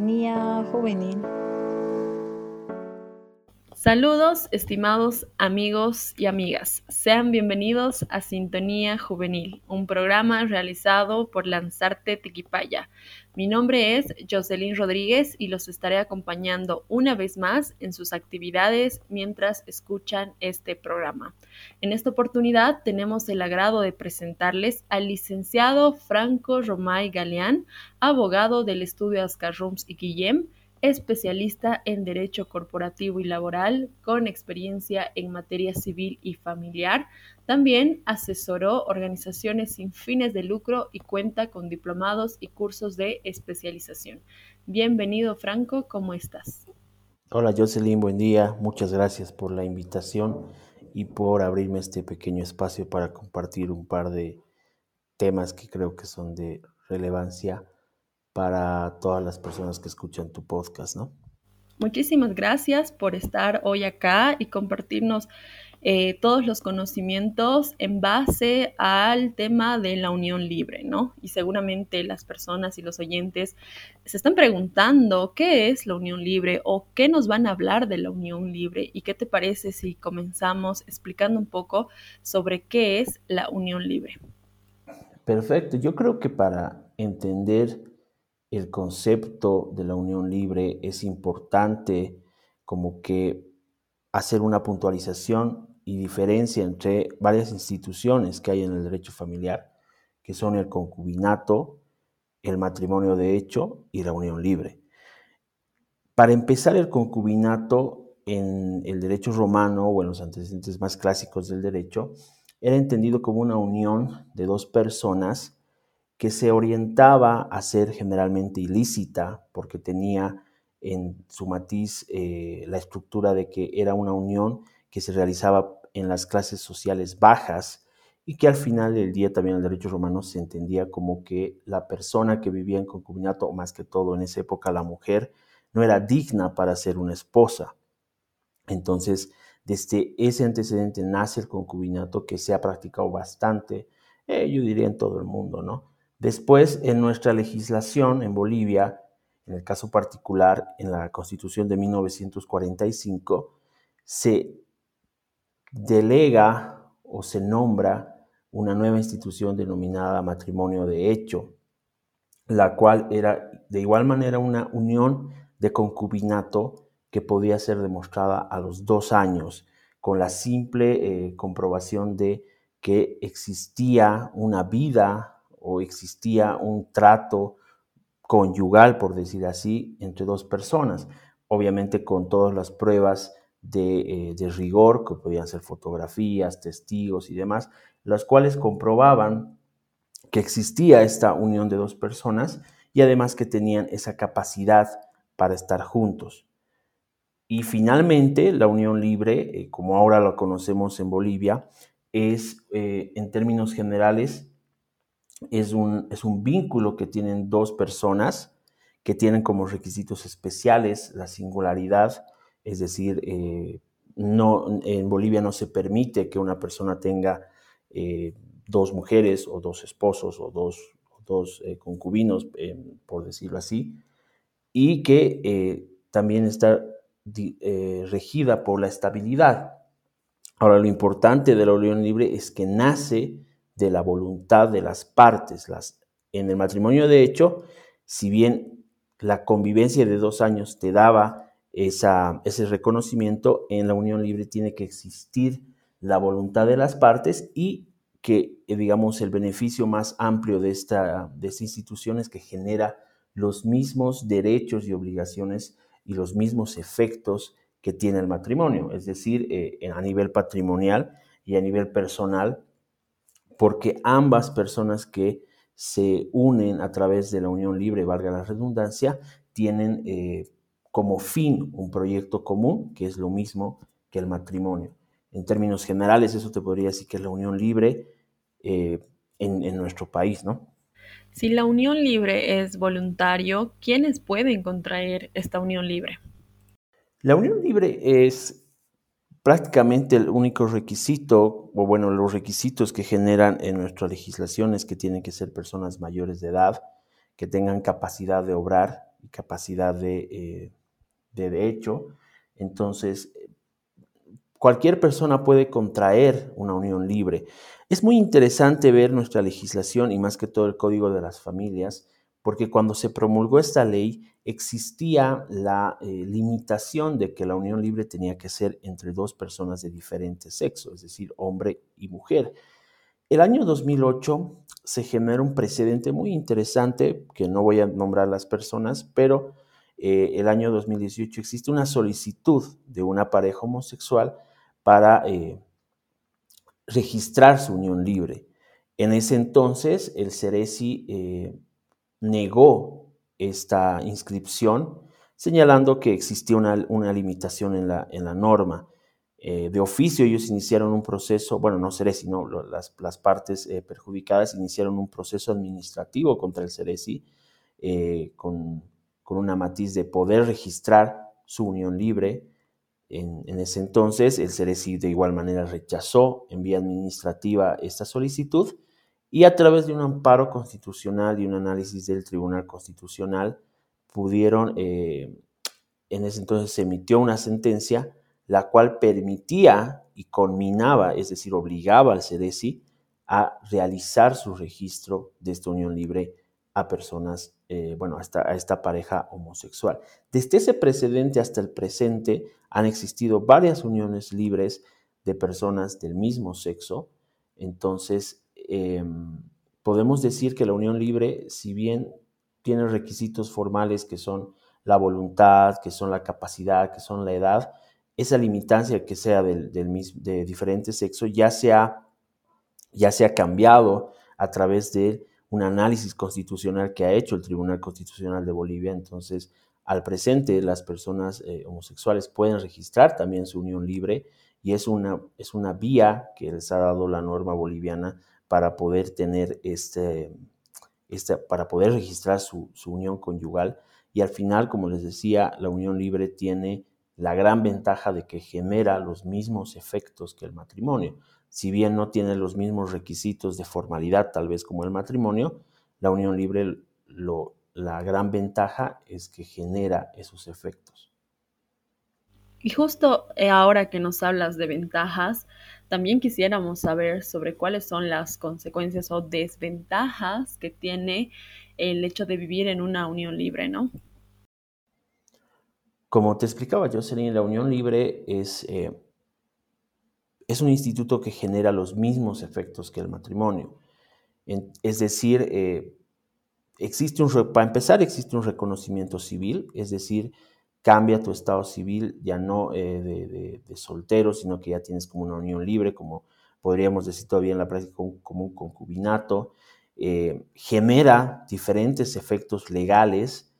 Sintonía Juvenil. Saludos, estimados amigos y amigas. Sean bienvenidos a Sintonía Juvenil, un programa realizado por Lanzarte Tiquipaya. Mi nombre es Jocelyn Rodríguez y los estaré acompañando una vez más en sus actividades mientras escuchan este programa. En esta oportunidad tenemos el agrado de presentarles al licenciado Franco Romay Galeán, abogado del estudio Ascar Rums y Guillem, especialista en Derecho Corporativo y Laboral, con experiencia en materia civil y familiar. También asesoró organizaciones sin fines de lucro y cuenta con diplomados y cursos de especialización. Bienvenido, Franco, ¿cómo estás? Hola Jocelyn, buen día. Muchas gracias por la invitación y por abrirme este pequeño espacio para compartir un par de temas que creo que son de relevancia para todas las personas que escuchan tu podcast, ¿no? Muchísimas gracias por estar hoy acá y compartirnos todos los conocimientos en base al tema de la unión libre, ¿no? Y seguramente las personas y los oyentes se están preguntando qué es la unión libre o qué nos van a hablar de la unión libre y qué te parece si comenzamos explicando un poco sobre qué es la unión libre. Perfecto. Yo creo que para entender el concepto de la unión libre es importante como que hacer una puntualización y diferencia entre varias instituciones que hay en el derecho familiar, que son el concubinato, el matrimonio de hecho y la unión libre. Para empezar, el concubinato en el derecho romano o en los antecedentes más clásicos del derecho era entendido como una unión de dos personas que se orientaba a ser generalmente ilícita porque tenía en su matiz la estructura de que era una unión que se realizaba en las clases sociales bajas y que al final del día también el derecho romano se entendía como que la persona que vivía en concubinato, o más que todo en esa época la mujer, no era digna para ser una esposa. Entonces, desde ese antecedente nace el concubinato que se ha practicado bastante, yo diría en todo el mundo, ¿no? Después, en nuestra legislación en Bolivia, en el caso particular, en la Constitución de 1945, se delega o se nombra una nueva institución denominada matrimonio de hecho, la cual era de igual manera una unión de concubinato que podía ser demostrada a los 2 años con la simple comprobación de que existía una vida o existía un trato conyugal, por decir así, entre dos personas, obviamente con todas las pruebas de rigor, que podían ser fotografías, testigos y demás, las cuales comprobaban que existía esta unión de dos personas y además que tenían esa capacidad para estar juntos. Y finalmente, la unión libre, como ahora la conocemos en Bolivia, es, en términos generales, es un vínculo que tienen dos personas que tienen como requisitos especiales la singularidad, es decir, no, en Bolivia no se permite que una persona tenga dos mujeres o dos esposos o dos concubinos, por decirlo así, y que también está regida por la estabilidad. Ahora, lo importante de la unión libre es que nace de la voluntad de las partes. En el matrimonio, de hecho, si bien la convivencia de 2 años te daba ese reconocimiento, en la unión libre tiene que existir la voluntad de las partes y que, digamos, el beneficio más amplio de esta institución es que genera los mismos derechos y obligaciones y los mismos efectos que tiene el matrimonio, es decir, a nivel patrimonial y a nivel personal, porque ambas personas que se unen a través de la unión libre, valga la redundancia, tienen como fin un proyecto común, que es lo mismo que el matrimonio. En términos generales, eso te podría decir que es la unión libre en nuestro país, ¿no? Si la unión libre es voluntario, ¿quiénes pueden contraer esta unión libre? La unión libre es prácticamente el único requisito, o bueno, los requisitos que generan en nuestra legislación es que tienen que ser personas mayores de edad, que tengan capacidad de obrar y capacidad de hecho. Entonces, cualquier persona puede contraer una unión libre. Es muy interesante ver nuestra legislación y más que todo el Código de las Familias, porque cuando se promulgó esta ley existía la limitación de que la unión libre tenía que ser entre dos personas de diferente sexo, es decir, hombre y mujer. El año 2008 se genera un precedente muy interesante, que no voy a nombrar las personas, pero el año 2018 existe una solicitud de una pareja homosexual para registrar su unión libre. En ese entonces, el Ceresi negó esta inscripción, señalando que existía una limitación en la norma. De oficio ellos iniciaron un proceso, bueno, no Ceresi, no, las partes perjudicadas iniciaron un proceso administrativo contra el Ceresi con una matiz de poder registrar su unión libre. En ese entonces, el Ceresi de igual manera rechazó en vía administrativa esta solicitud y a través de un amparo constitucional y un análisis del Tribunal Constitucional pudieron, en ese entonces se emitió una sentencia la cual permitía y conminaba, es decir, obligaba al Ceresi a realizar su registro de esta unión libre a personas, a esta pareja homosexual. Desde ese precedente hasta el presente han existido varias uniones libres de personas del mismo sexo. Entonces, podemos decir que la unión libre, si bien tiene requisitos formales que son la voluntad, que son la capacidad, que son la edad, esa limitancia que sea de diferente sexo ya se ha cambiado a través de un análisis constitucional que ha hecho el Tribunal Constitucional de Bolivia. Entonces, al presente, las personas homosexuales pueden registrar también su unión libre y es una vía que les ha dado la norma boliviana para poder tener para poder registrar su unión conyugal. Y al final, como les decía, la unión libre tiene la gran ventaja de que genera los mismos efectos que el matrimonio. Si bien no tiene los mismos requisitos de formalidad, tal vez como el matrimonio, la unión libre, la gran ventaja es que genera esos efectos. Y justo ahora que nos hablas de ventajas, también quisiéramos saber sobre cuáles son las consecuencias o desventajas que tiene el hecho de vivir en una unión libre, ¿no? Como te explicaba Jocelyn, la unión libre es un instituto que genera los mismos efectos que el matrimonio. Es decir, para empezar, existe un reconocimiento civil, es decir, cambia tu estado civil ya no de soltero, sino que ya tienes como una unión libre, como podríamos decir todavía en la práctica como un concubinato. Genera diferentes efectos legales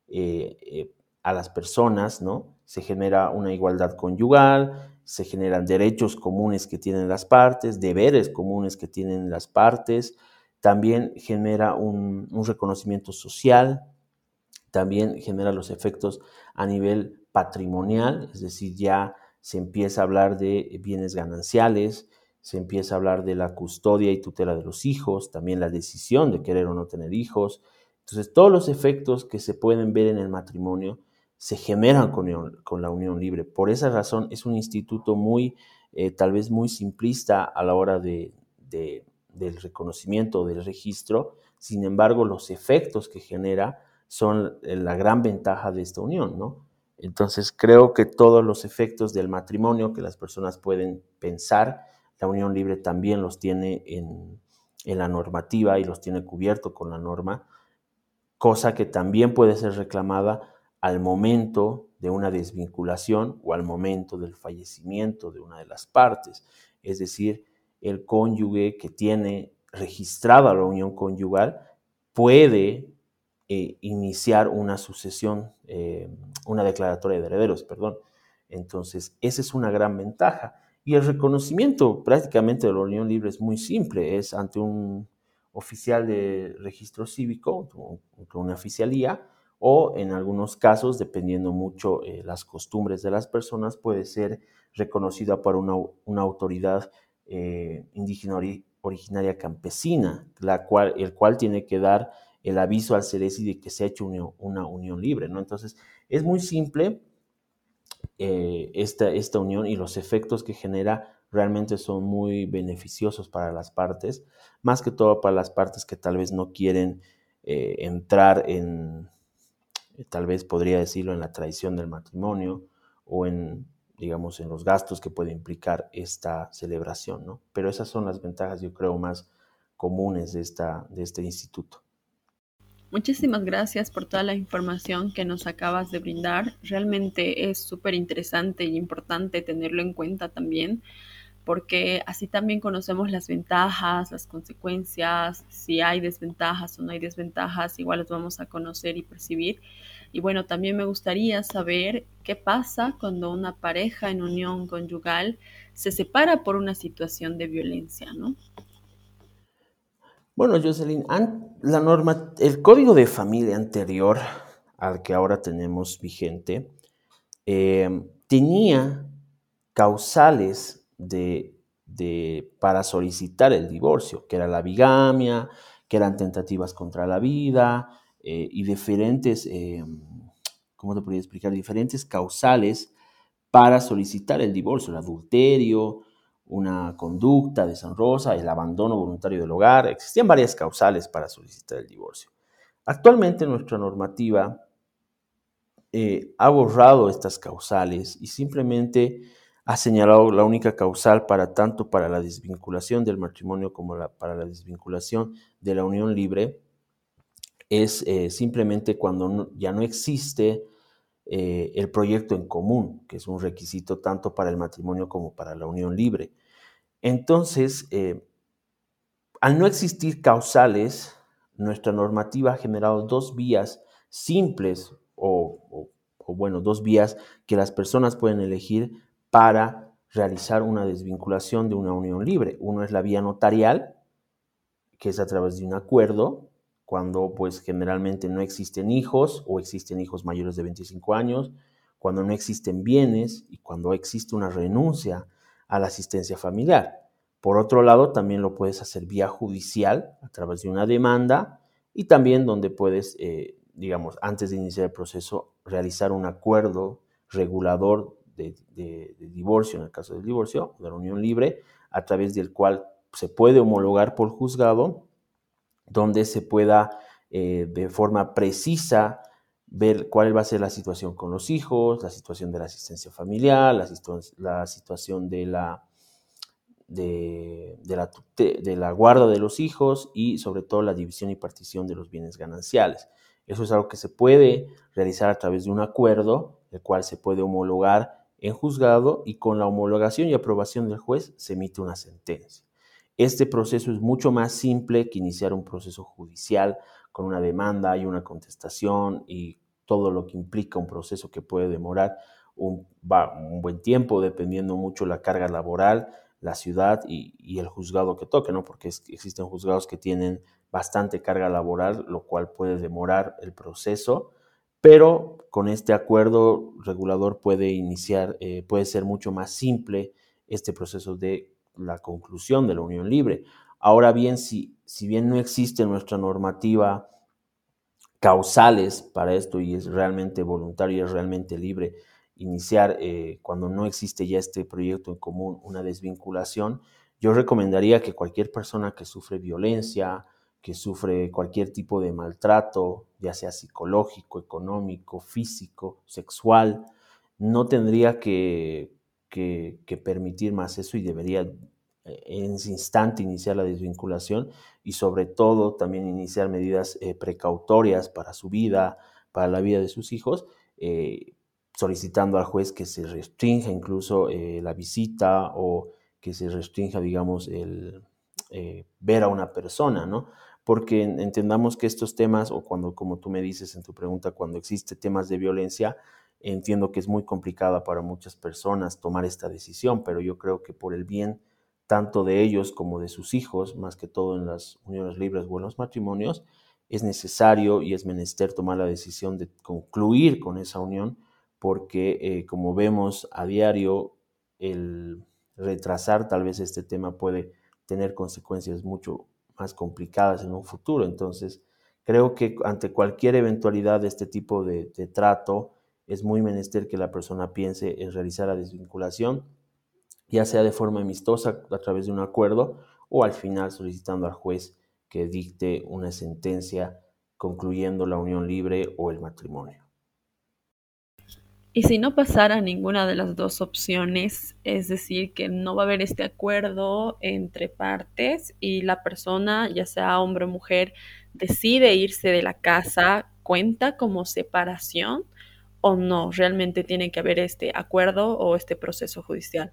a las personas, ¿no? Se genera una igualdad conyugal, se generan derechos comunes que tienen las partes, deberes comunes que tienen las partes, también genera un reconocimiento social, también genera los efectos a nivel patrimonial, es decir, ya se empieza a hablar de bienes gananciales, se empieza a hablar de la custodia y tutela de los hijos, también la decisión de querer o no tener hijos. Entonces, todos los efectos que se pueden ver en el matrimonio se generan con la unión libre. Por esa razón, es un instituto tal vez muy simplista a la hora del reconocimiento, del registro. Sin embargo, los efectos que genera son la gran ventaja de esta unión, ¿no? Entonces, creo que todos los efectos del matrimonio que las personas pueden pensar, la unión libre también los tiene en la normativa y los tiene cubierto con la norma, cosa que también puede ser reclamada al momento de una desvinculación o al momento del fallecimiento de una de las partes. Es decir, el cónyuge que tiene registrada la unión conyugal puede iniciar una sucesión, una declaratoria de herederos, perdón. Entonces, esa es una gran ventaja. Y el reconocimiento prácticamente de la unión libre es muy simple, es ante un oficial de registro cívico, una oficialía, o en algunos casos, dependiendo mucho las costumbres de las personas, puede ser reconocida por una autoridad indígena originaria campesina, el cual tiene que dar el aviso al CERECI de que se ha hecho una unión libre, ¿no? Entonces, es muy simple esta unión, y los efectos que genera realmente son muy beneficiosos para las partes, más que todo para las partes que tal vez no quieren entrar en, tal vez podría decirlo, en la traición del matrimonio o en, digamos, en los gastos que puede implicar esta celebración, ¿no? Pero esas son las ventajas, yo creo, más comunes de este instituto. Muchísimas gracias por toda la información que nos acabas de brindar. Realmente es súper interesante y importante tenerlo en cuenta también, porque así también conocemos las ventajas, las consecuencias, si hay desventajas o no hay desventajas, igual las vamos a conocer y percibir. Y bueno, también me gustaría saber qué pasa cuando una pareja en unión conyugal se separa por una situación de violencia, ¿no? Bueno, Jocelyn, el código de familia anterior al que ahora tenemos vigente tenía causales para solicitar el divorcio, que era la bigamia, que eran tentativas contra la vida y diferentes, ¿cómo te podría explicar? Diferentes causales para solicitar el divorcio, el adulterio, una conducta deshonrosa, el abandono voluntario del hogar. Existían varias causales para solicitar el divorcio. Actualmente nuestra normativa ha borrado estas causales y simplemente ha señalado la única causal para tanto para la desvinculación del matrimonio como para la desvinculación de la unión libre es simplemente cuando ya no existe el proyecto en común, que es un requisito tanto para el matrimonio como para la unión libre. Entonces, al no existir causales, nuestra normativa ha generado dos vías simples bueno, dos vías que las personas pueden elegir para realizar una desvinculación de una unión libre. Uno es la vía notarial, que es a través de un acuerdo, cuando pues generalmente no existen hijos o existen hijos mayores de 25 años, cuando no existen bienes y cuando existe una renuncia a la asistencia familiar. Por otro lado, también lo puedes hacer vía judicial, a través de una demanda, y también donde puedes, digamos, antes de iniciar el proceso, realizar un acuerdo regulador de divorcio, en el caso del divorcio, de la unión libre, a través del cual se puede homologar por juzgado, donde se pueda de forma precisa ver cuál va a ser la situación con los hijos, la situación de la asistencia familiar, la situación de la guarda de los hijos y sobre todo la división y partición de los bienes gananciales. Eso es algo que se puede realizar a través de un acuerdo, el cual se puede homologar en juzgado, y con la homologación y aprobación del juez se emite una sentencia. Este proceso es mucho más simple que iniciar un proceso judicial con una demanda y una contestación y todo lo que implica un proceso que puede demorar un buen tiempo, dependiendo mucho la carga laboral, la ciudad y el juzgado que toque, ¿no? Porque existen juzgados que tienen bastante carga laboral, lo cual puede demorar el proceso, pero con este acuerdo regulador puede ser mucho más simple este proceso de la conclusión de la unión libre. Ahora bien, si bien no existe nuestra normativa causales para esto y es realmente voluntario y es realmente libre iniciar cuando no existe ya este proyecto en común, una desvinculación, yo recomendaría que cualquier persona que sufre violencia, que sufre cualquier tipo de maltrato, ya sea psicológico, económico, físico, sexual, no tendría que permitir más eso y debería en ese instante iniciar la desvinculación y sobre todo también iniciar medidas precautorias para su vida, para la vida de sus hijos, solicitando al juez que se restrinja incluso la visita o que se restrinja, digamos, el ver a una persona, ¿no? Porque entendamos que estos temas, o cuando, como tú me dices en tu pregunta, cuando existe temas de violencia, entiendo que es muy complicada para muchas personas tomar esta decisión, pero yo creo que por el bien tanto de ellos como de sus hijos, más que todo en las uniones libres o en los matrimonios, es necesario y es menester tomar la decisión de concluir con esa unión, porque como vemos a diario, el retrasar tal vez este tema puede tener consecuencias mucho más complicadas en un futuro. Entonces, Creo que ante cualquier eventualidad de este tipo de trato, es muy menester que la persona piense en realizar la desvinculación, ya sea de forma amistosa a través de un acuerdo o al final solicitando al juez que dicte una sentencia concluyendo la unión libre o el matrimonio. Y si no pasara ninguna de las dos opciones, es decir, que no va a haber este acuerdo entre partes y la persona, ya sea hombre o mujer, decide irse de la casa, ¿cuenta como separación o no? Realmente tiene que haber este acuerdo o este proceso judicial.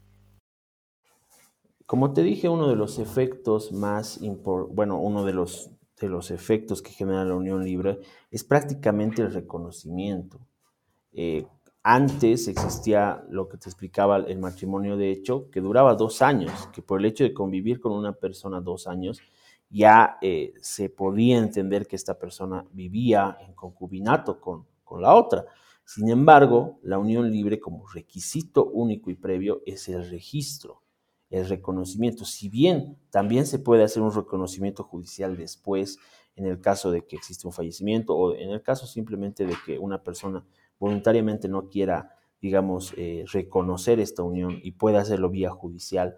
Como te dije, uno de los efectos bueno, uno de los efectos que genera la unión libre es prácticamente el reconocimiento. Eh, Antes existía lo que te explicaba el matrimonio de hecho, que duraba 2 años, que por el hecho de convivir con una persona 2 años, ya se podía entender que esta persona vivía en concubinato con la otra. Sin embargo, la unión libre como requisito único y previo es el registro, el reconocimiento. Si bien también se puede hacer un reconocimiento judicial después, en el caso de que existe un fallecimiento o en el caso simplemente de que una persona voluntariamente no quiera, digamos, reconocer esta unión y pueda hacerlo vía judicial.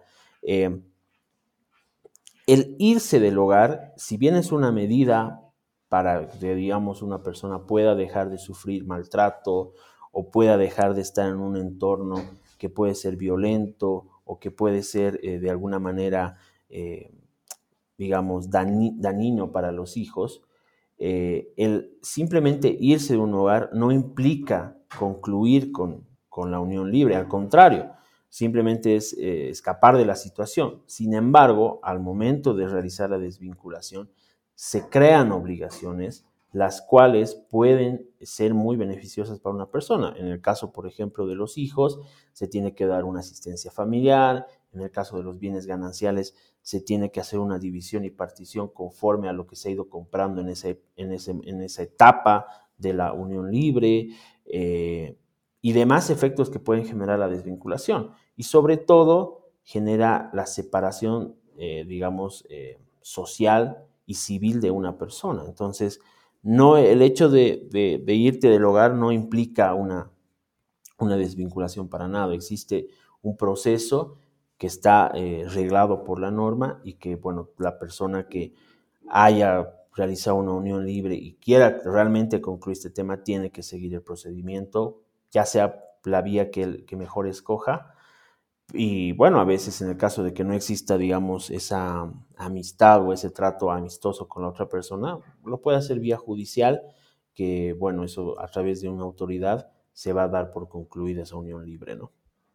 El irse del hogar, si bien es una medida para que, digamos, una persona pueda dejar de sufrir maltrato o pueda dejar de estar en un entorno que puede ser violento o que puede ser de alguna manera, digamos, dañino para los hijos, el simplemente irse de un hogar no implica concluir con la unión libre, al contrario, simplemente es escapar de la situación. Sin embargo, al momento de realizar la desvinculación, se crean obligaciones las cuales pueden ser muy beneficiosas para una persona. En el caso, por ejemplo, de los hijos, se tiene que dar una asistencia familiar. En el caso de los bienes gananciales, se tiene que hacer una división y partición conforme a lo que se ha ido comprando en esa etapa de la unión libre, y demás efectos que pueden generar la desvinculación. Y sobre todo, genera la separación, digamos, social y civil de una persona. Entonces, no, el hecho de irte del hogar no implica una desvinculación para nada. Existe un proceso que está reglado por la norma y que, bueno, la persona que haya realizado una unión libre y quiera realmente concluir este tema tiene que seguir el procedimiento, ya sea la vía que mejor escoja. Y bueno, a veces en el caso de que no exista, digamos, esa amistad o ese trato amistoso con la otra persona, lo puede hacer vía judicial, que bueno, eso a través de una autoridad se va a dar por concluida esa unión libre, ¿no?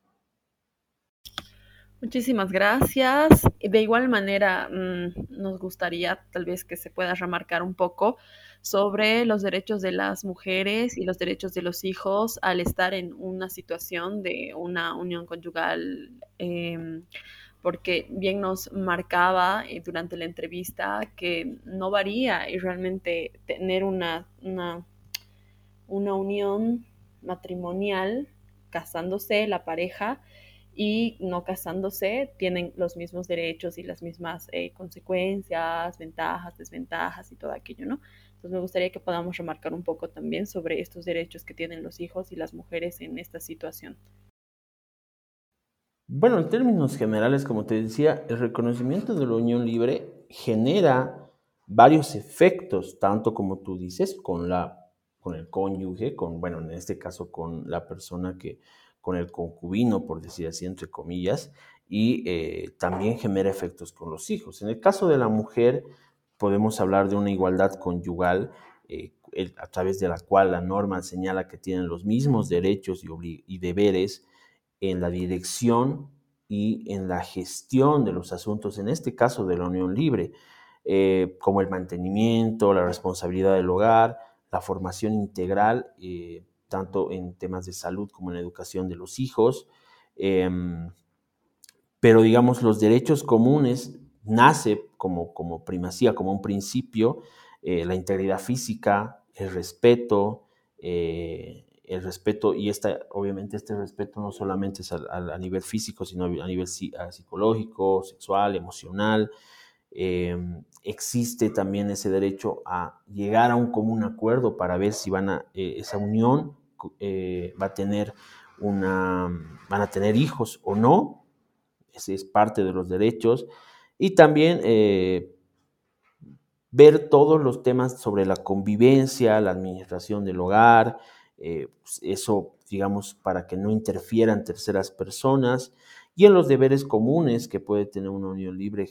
Muchísimas gracias. De igual manera, nos gustaría tal vez que se pueda remarcar un poco sobre los derechos de las mujeres y los derechos de los hijos al estar en una situación de una unión conyugal, porque bien nos marcaba durante la entrevista que no varía y realmente tener una unión matrimonial, casándose la pareja y no casándose, tienen los mismos derechos y las mismas consecuencias, ventajas, desventajas y todo aquello, ¿no? Entonces me gustaría que podamos remarcar un poco también sobre estos derechos que tienen los hijos y las mujeres en esta situación. Bueno, en términos generales, como te decía, el reconocimiento de la unión libre genera varios efectos, tanto como tú dices, con el cónyuge, bueno, en este caso con la persona con el concubino, por decir así, entre comillas, y también genera efectos con los hijos. En el caso de la mujer, podemos hablar de una igualdad conyugal, a través de la cual la norma señala que tienen los mismos derechos y deberes en la dirección y en la gestión de los asuntos, en este caso de la unión libre, como el mantenimiento, la responsabilidad del hogar, la formación integral, tanto en temas de salud como en la educación de los hijos. Eh, pero digamos, los derechos comunes nace como primacía, como un principio, la integridad física, el respeto, y obviamente este respeto no solamente es a nivel físico, sino a nivel psicológico, sexual, emocional, Existe también ese derecho a llegar a un común acuerdo para ver si esa unión va a tener van a tener hijos o no. Ese es parte de los derechos. Y también ver todos los temas sobre la convivencia, la administración del hogar, eso, digamos, para que no interfieran terceras personas, y en los deberes comunes que puede tener una unión libre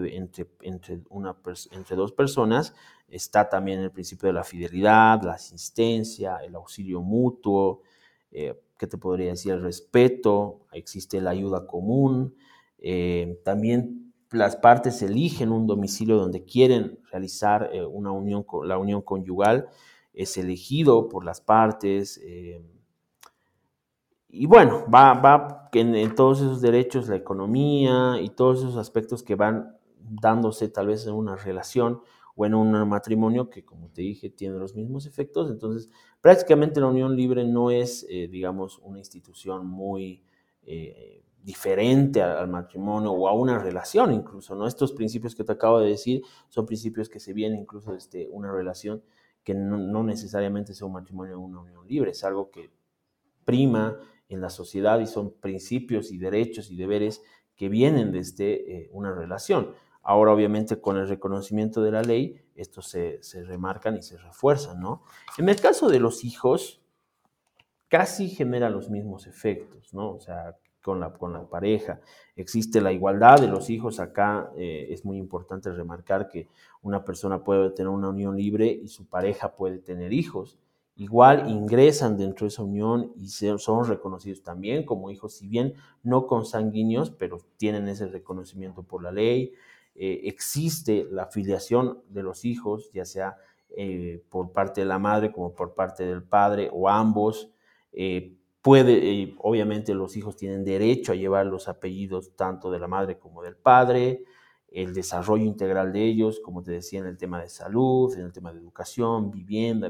entre dos personas, está también el principio de la fidelidad, la asistencia, el auxilio mutuo, ¿qué te podría decir? El respeto, existe la ayuda común, también las partes eligen un domicilio donde quieren realizar la unión conyugal, es elegido por las partes, y bueno, va en todos esos derechos, la economía y todos esos aspectos que van dándose tal vez en una relación o en un matrimonio que, como te dije, tiene los mismos efectos. Entonces, prácticamente la unión libre no es, digamos, una institución muy diferente al matrimonio o a una relación incluso, ¿no? Estos principios que te acabo de decir son principios que se vienen incluso desde una relación que no necesariamente sea un matrimonio o una unión libre, es algo que prima en la sociedad y son principios y derechos y deberes que vienen desde una relación. Ahora, obviamente, con el reconocimiento de la ley, estos se remarcan y se refuerzan, ¿no? En el caso de los hijos, casi genera los mismos efectos, ¿no? O sea, con la pareja. Existe la igualdad de los hijos. Acá es muy importante remarcar que una persona puede tener una unión libre y su pareja puede tener hijos. Igual ingresan dentro de esa unión y son reconocidos también como hijos, si bien no consanguíneos, pero tienen ese reconocimiento por la ley. Existe la filiación de los hijos, ya sea por parte de la madre como por parte del padre o ambos. Obviamente los hijos tienen derecho a llevar los apellidos tanto de la madre como del padre, el desarrollo integral de ellos, como te decía, en el tema de salud, en el tema de educación, vivienda,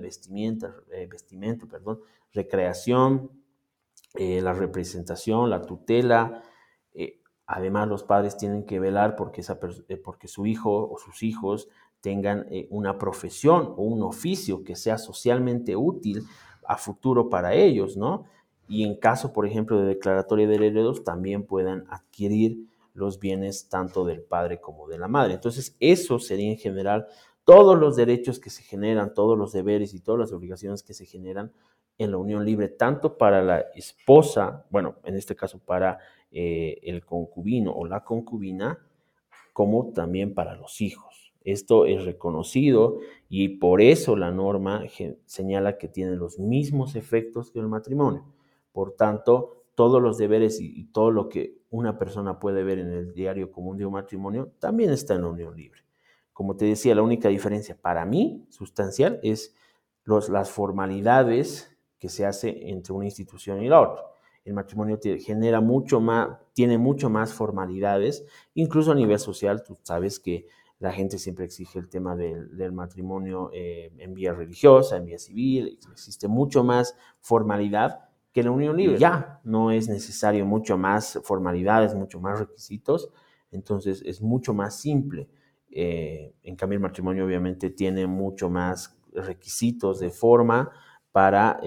recreación, la representación, la tutela. Además, los padres tienen que velar porque su hijo o sus hijos tengan una profesión o un oficio que sea socialmente útil a futuro para ellos, ¿no? Y en caso, por ejemplo, de declaratoria de herederos, también puedan adquirir los bienes tanto del padre como de la madre. Entonces, eso sería en general todos los derechos que se generan, todos los deberes y todas las obligaciones que se generan en la unión libre, tanto para la esposa, bueno, en este caso para el concubino o la concubina, como también para los hijos. Esto es reconocido y por eso la norma señala que tiene los mismos efectos que el matrimonio. Por tanto, todos los deberes y todo lo que una persona puede ver en el diario común de un matrimonio también está en la unión libre. Como te decía, la única diferencia para mí sustancial es las formalidades que se hace entre una institución y la otra. El matrimonio tiene mucho más formalidades, incluso a nivel social. Tú sabes que la gente siempre exige el tema del matrimonio en vía religiosa, en vía civil. Existe mucho más formalidad que la unión libre. Ya no es necesario mucho más formalidades, mucho más requisitos, entonces es mucho más simple. En cambio, el matrimonio obviamente tiene mucho más requisitos de forma para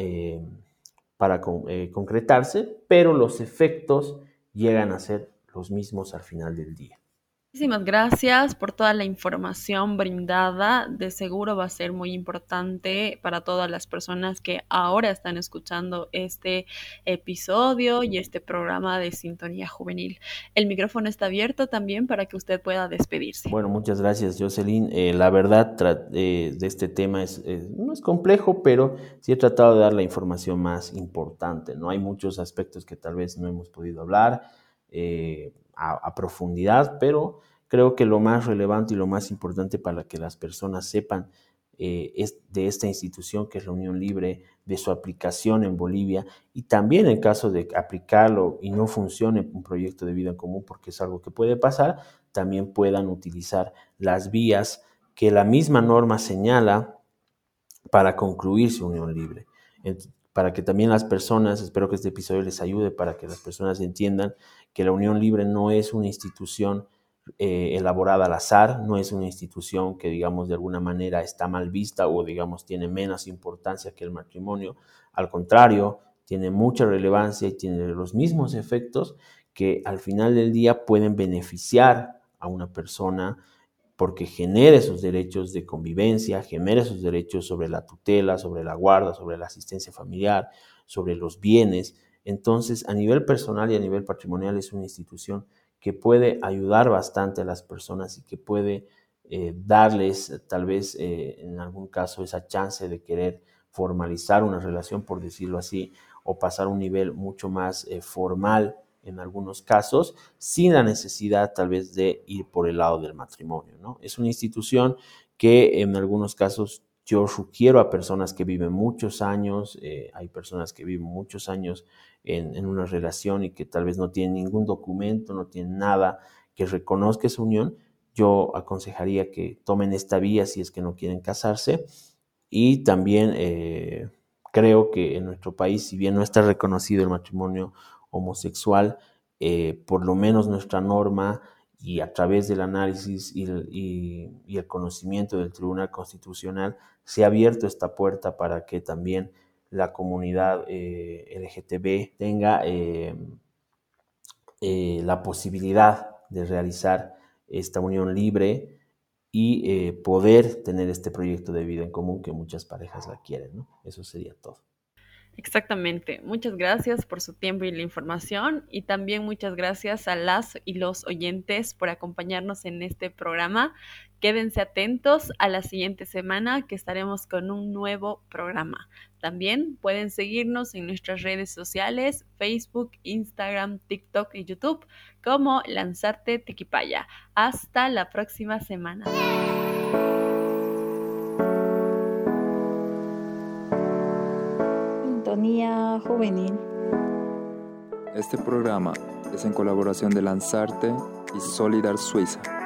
concretarse, pero los efectos llegan a ser los mismos al final del día. Muchísimas gracias por toda la información brindada. De seguro va a ser muy importante para todas las personas que ahora están escuchando este episodio y este programa de Sintonía Juvenil. El micrófono está abierto también para que usted pueda despedirse. Bueno, muchas gracias, Jocelyn. La verdad de este tema no es complejo, pero sí he tratado de dar la información más importante, ¿no? Hay muchos aspectos que tal vez no hemos podido hablar a profundidad, pero creo que lo más relevante y lo más importante para que las personas sepan es de esta institución que es la Unión Libre, de su aplicación en Bolivia y también en caso de aplicarlo y no funcione un proyecto de vida en común, porque es algo que puede pasar, también puedan utilizar las vías que la misma norma señala para concluir su unión libre. Para que también las personas, espero que este episodio les ayude para que las personas entiendan que la unión libre no es una institución elaborada al azar, no es una institución que, digamos, de alguna manera está mal vista o, digamos, tiene menos importancia que el matrimonio. Al contrario, tiene mucha relevancia y tiene los mismos efectos que al final del día pueden beneficiar a una persona porque genera esos derechos de convivencia, genera esos derechos sobre la tutela, sobre la guarda, sobre la asistencia familiar, sobre los bienes. Entonces, a nivel personal y a nivel patrimonial es una institución que puede ayudar bastante a las personas y que puede darles tal vez en algún caso esa chance de querer formalizar una relación, por decirlo así, o pasar a un nivel mucho más formal en algunos casos, sin la necesidad tal vez de ir por el lado del matrimonio, ¿no? Es una institución que en algunos casos yo sugiero a personas que viven muchos años, hay personas que viven muchos años en una relación y que tal vez no tienen ningún documento, no tienen nada que reconozca esa unión. Yo aconsejaría que tomen esta vía si es que no quieren casarse. Y también creo que en nuestro país, si bien no está reconocido el matrimonio homosexual, por lo menos nuestra norma y a través del análisis y el conocimiento del Tribunal Constitucional se ha abierto esta puerta para que también la comunidad LGTB tenga la posibilidad de realizar esta unión libre y poder tener este proyecto de vida en común que muchas parejas la quieren, ¿no? Eso sería todo. Exactamente. Muchas gracias por su tiempo y la información y también muchas gracias a las y los oyentes por acompañarnos en este programa. Quédense atentos a la siguiente semana que estaremos con un nuevo programa. También pueden seguirnos en nuestras redes sociales, Facebook, Instagram, TikTok y YouTube como Lanzarte Tequipaya. Hasta la próxima semana. Sintonía Juvenil. Este programa es en colaboración de Lanzarte y Solidar Suiza.